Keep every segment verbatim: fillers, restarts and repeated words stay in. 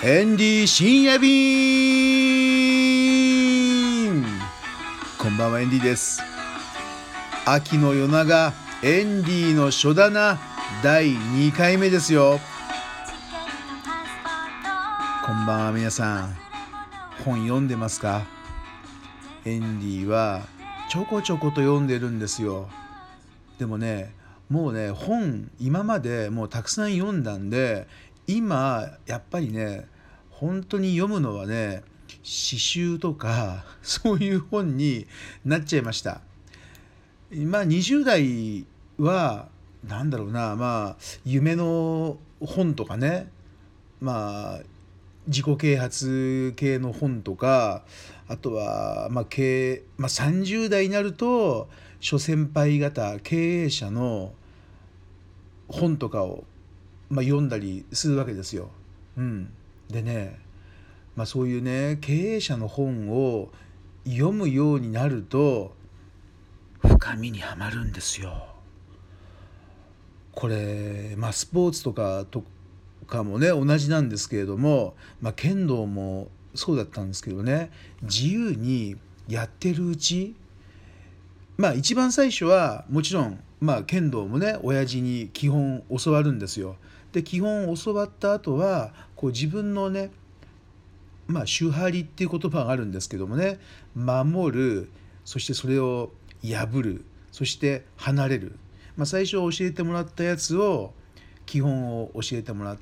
エンディ深夜便。こんばんは、エンディです。秋の夜長、エンディの書棚だいにかいめですよ。こんばんは、皆さん。本読んでますか？エンディはちょこちょこと読んでるんですよ。でもね、もうね、本今までもうたくさん読んだんで、今やっぱりね、本当に読むのはね、詩集とかそういう本になっちゃいました。まあにじゅう代はなんだろうな、まあ夢の本とかね、まあ自己啓発系の本とか、あとはまあ経、まあ、さんじゅう代になると諸先輩方経営者の本とかを、まあ、読んだりするわけですよ。うん、でね、まあ、そういうね経営者の本を読むようになると深みにはまるんですよ。これ、まあ、スポーツとかとかもね同じなんですけれども、まあ、剣道もそうだったんですけどね、自由にやってるうち、まあ一番最初はもちろん、まあ、剣道もね親父に基本教わるんですよ。で基本教わった後はこう自分のね、まあ手張りっていう言葉があるんですけどもね、守る、そしてそれを破る、そして離れる、まあ、最初教えてもらったやつを基本を教えてもらって、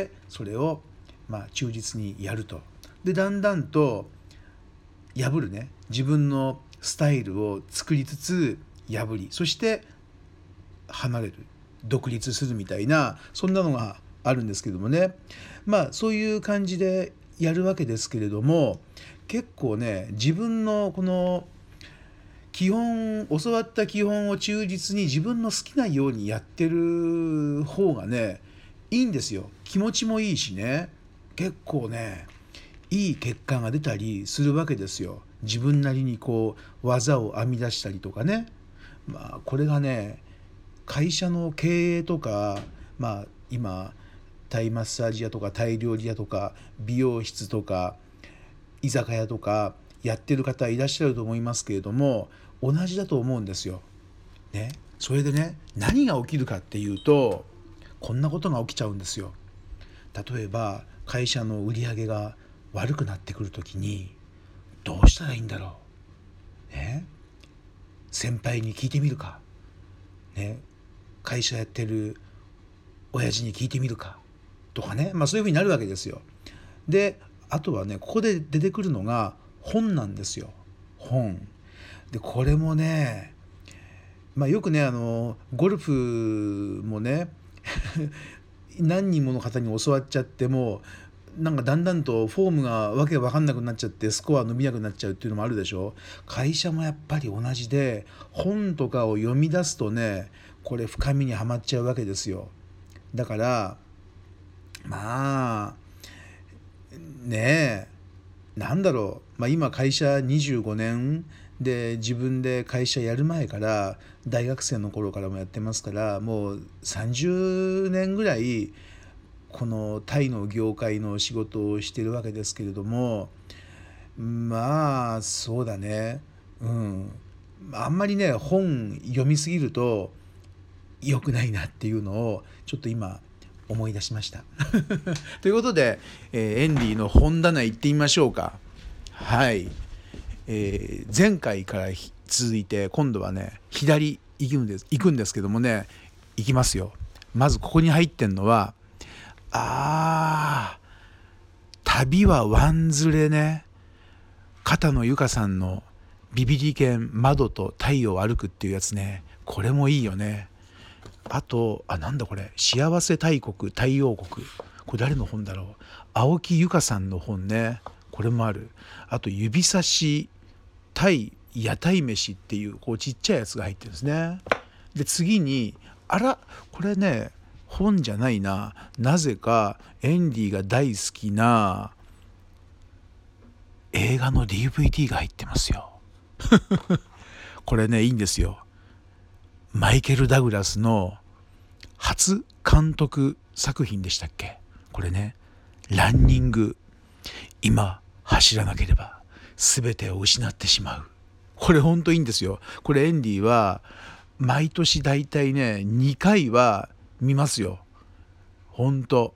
それをまあ忠実にやると。でだんだんと破るね、自分のスタイルを作りつつ破り、そして離れる、独立するみたいな、そんなのがあるんですけどもね、まあそういう感じでやるわけですけれども、結構ね自分のこの基本教わった基本を忠実に自分の好きなようにやってる方がねいいんですよ。気持ちもいいしね、結構ねいい結果が出たりするわけですよ。自分なりにこう技を編み出したりとかね。まあこれがね会社の経営とか、まあ今タイマッサージ屋とかタイ料理屋とか美容室とか居酒屋とかやってる方いらっしゃると思いますけれども、同じだと思うんですよ。ね、それでね何が起きるかっていうと、こんなことが起きちゃうんですよ。例えば会社の売り上げが悪くなってくるときにどうしたらいいんだろう、ね、先輩に聞いてみるか、ね、会社やってる親父に聞いてみるかとかね、まあそういうふうになるわけですよ。であとはねここで出てくるのが本なんですよ。本でこれもね、まあよくねあのゴルフもね何人もの方に教わっちゃってもなんかだんだんとフォームがわけわかんなくなっちゃってスコア伸びなくなっちゃうっていうのもあるでしょ。会社もやっぱり同じで、本とかを読み出すとねこれ深みにはまっちゃうわけですよ。だからまあねえ、なんだろう、まあ、今会社にじゅうごねんで、自分で会社やる前から大学生の頃からもやってますから、もうさんじゅうねんぐらいこのタイの業界の仕事をしてるわけですけれども、まあそうだね、うんあんまりね本読みすぎると良くないなっていうのをちょっと今思い出しましたということで、えーエンディの本棚行ってみましょうか。はい、えー前回から続いて今度はね左行くんです行くんですけどもね、行きますよ。まずここに入ってんのは、あー旅はワンズレね、片野由香さんのビビリ犬窓と太陽を歩くっていうやつね、これもいいよね。あと、あ、なんだこれ、幸せ大国太陽国、これ誰の本だろう、青木由香さんの本ね、これもある。あと指差し対屋台飯っていうこうちっちゃいやつが入ってるんですね。で次に、あらこれね本じゃないな、なぜかエンディが大好きな映画の ディーブイディー が入ってますよこれねいいんですよ。マイケル・ダグラスの初監督作品でしたっけ、これね、 ランニング、今走らなければ全てを失ってしまう。これ本当いいんですよ。これエンディは毎年だいたいねにかいは見ますよ。本当。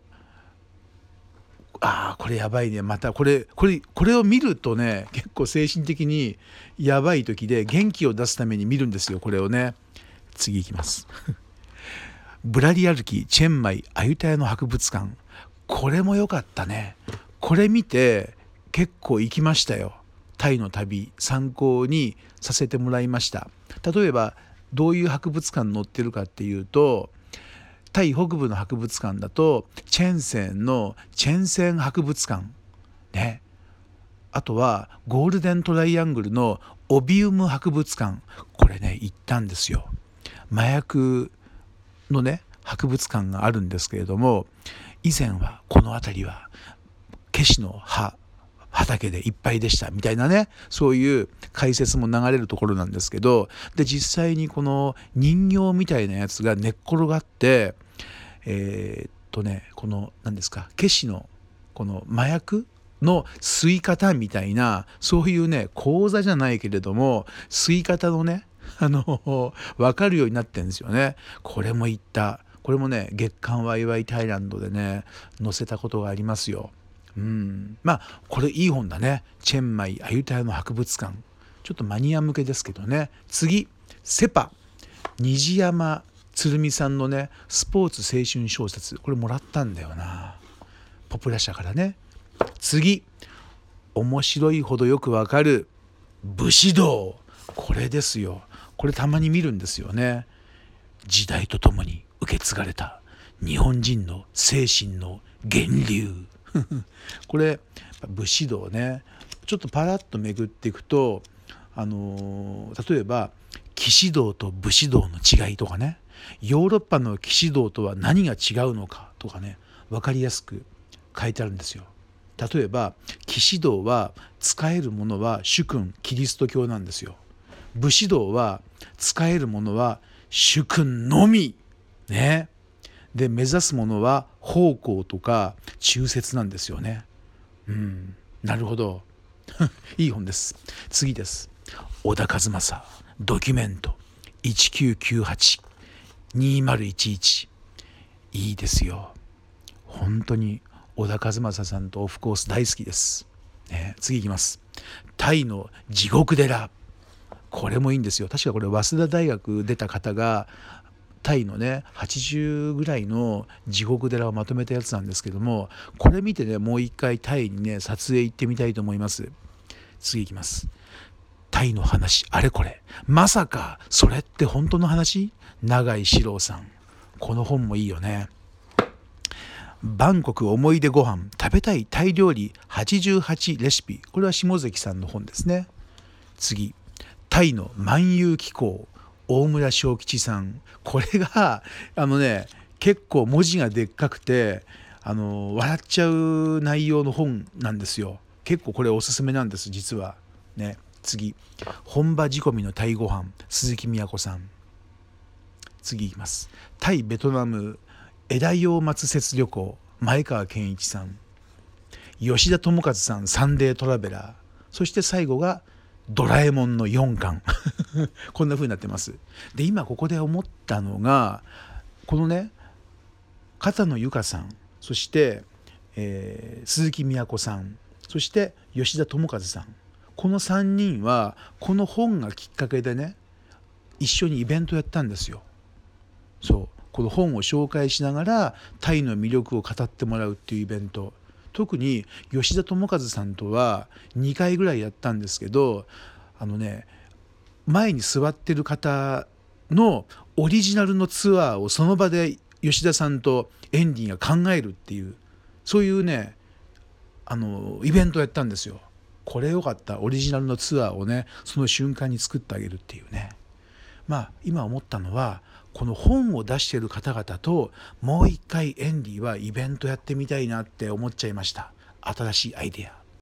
ああこれやばいね。またこれこれこれを見るとね結構精神的にやばい時で元気を出すために見るんですよこれをね。次いきますぶらり歩きチェンマイアユタヤの博物館。これも良かったね。これ見て結構行きましたよ。タイの旅参考にさせてもらいました。例えばどういう博物館載ってるかっていうと、タイ北部の博物館だとチェンセンのチェンセン博物館ね。あとはゴールデントライアングルのオビウム博物館。これね行ったんですよ。麻薬のね博物館があるんですけれども、以前はこの辺りはケシの葉畑でいっぱいでしたみたいなね、そういう解説も流れるところなんですけど、で実際にこの人形みたいなやつが寝っ転がってえー、っとねこの何ですかケシのこの麻薬の吸い方みたいな、そういうね講座じゃないけれども吸い方のねあの分かるようになってるんですよね。これも言った。これもね月刊ワイワイタイランドでね載せたことがありますよ。うん、まあこれいい本だね。チェンマイアユタヤの博物館。ちょっとマニア向けですけどね。次セパ虹山鶴美さんのねスポーツ青春小説、これもらったんだよな、ポプラ社からね。次面白いほどよくわかる武士道。これですよ。これたまに見るんですよね。時代とともに受け継がれた日本人の精神の源流これ武士道ね、ちょっとパラッと巡っていくと、あのー、例えば騎士道と武士道の違いとかね、ヨーロッパの騎士道とは何が違うのかとかね、分かりやすく書いてあるんですよ。例えば騎士道は使えるものは主君キリスト教なんですよ。武士道は使えるものは主君のみね。で目指すものは奉公とか忠節なんですよね。うん、なるほどいい本です。次です。小田和正ドキュメントいちきゅうきゅうはち にせいいちいち。いいですよ。本当に小田和正さんとオフコース大好きです、ね。次いきます。タイの地獄寺。これもいいんですよ。確かこれ早稲田大学出た方がタイのねはちじゅうぐらいの地獄寺をまとめたやつなんですけども、これ見てねもう一回タイにね撮影行ってみたいと思います。次いきます。タイの話あれこれ、まさかそれって本当の話。永井史郎さん、この本もいいよね。バンコク思い出ご飯食べたいタイ料理はちじゅうはちレシピ。これは下関さんの本ですね。次タイの万有機構大村正吉さん。これがあのね結構文字がでっかくてあの笑っちゃう内容の本なんですよ。結構これおすすめなんです実はね。次本場仕込みのタイご飯鈴木都さん。次いきます。タイベトナム枝葉松雪旅行前川健一さん。吉田智和さんサンデートラベラー。そして最後がドラえもんのよんかんこんな風になってます。で今ここで思ったのがこのね片野由香さん、そして、えー、鈴木都さん、そして吉田智和さん、このさんにんはこの本がきっかけでね一緒にイベントやったんですよ。そうこの本を紹介しながらタイの魅力を語ってもらうっていうイベント。特に吉田智和さんとはにかいぐらいやったんですけど、あのね前に座ってる方のオリジナルのツアーをその場で吉田さんとエンディが考えるっていう、そういうねあのイベントやったんですよ。これよかった。オリジナルのツアーをねその瞬間に作ってあげるっていうね。まあ今思ったのはこの本を出している方々ともう一回エンディはイベントやってみたいなって思っちゃいました。新しいアイデア。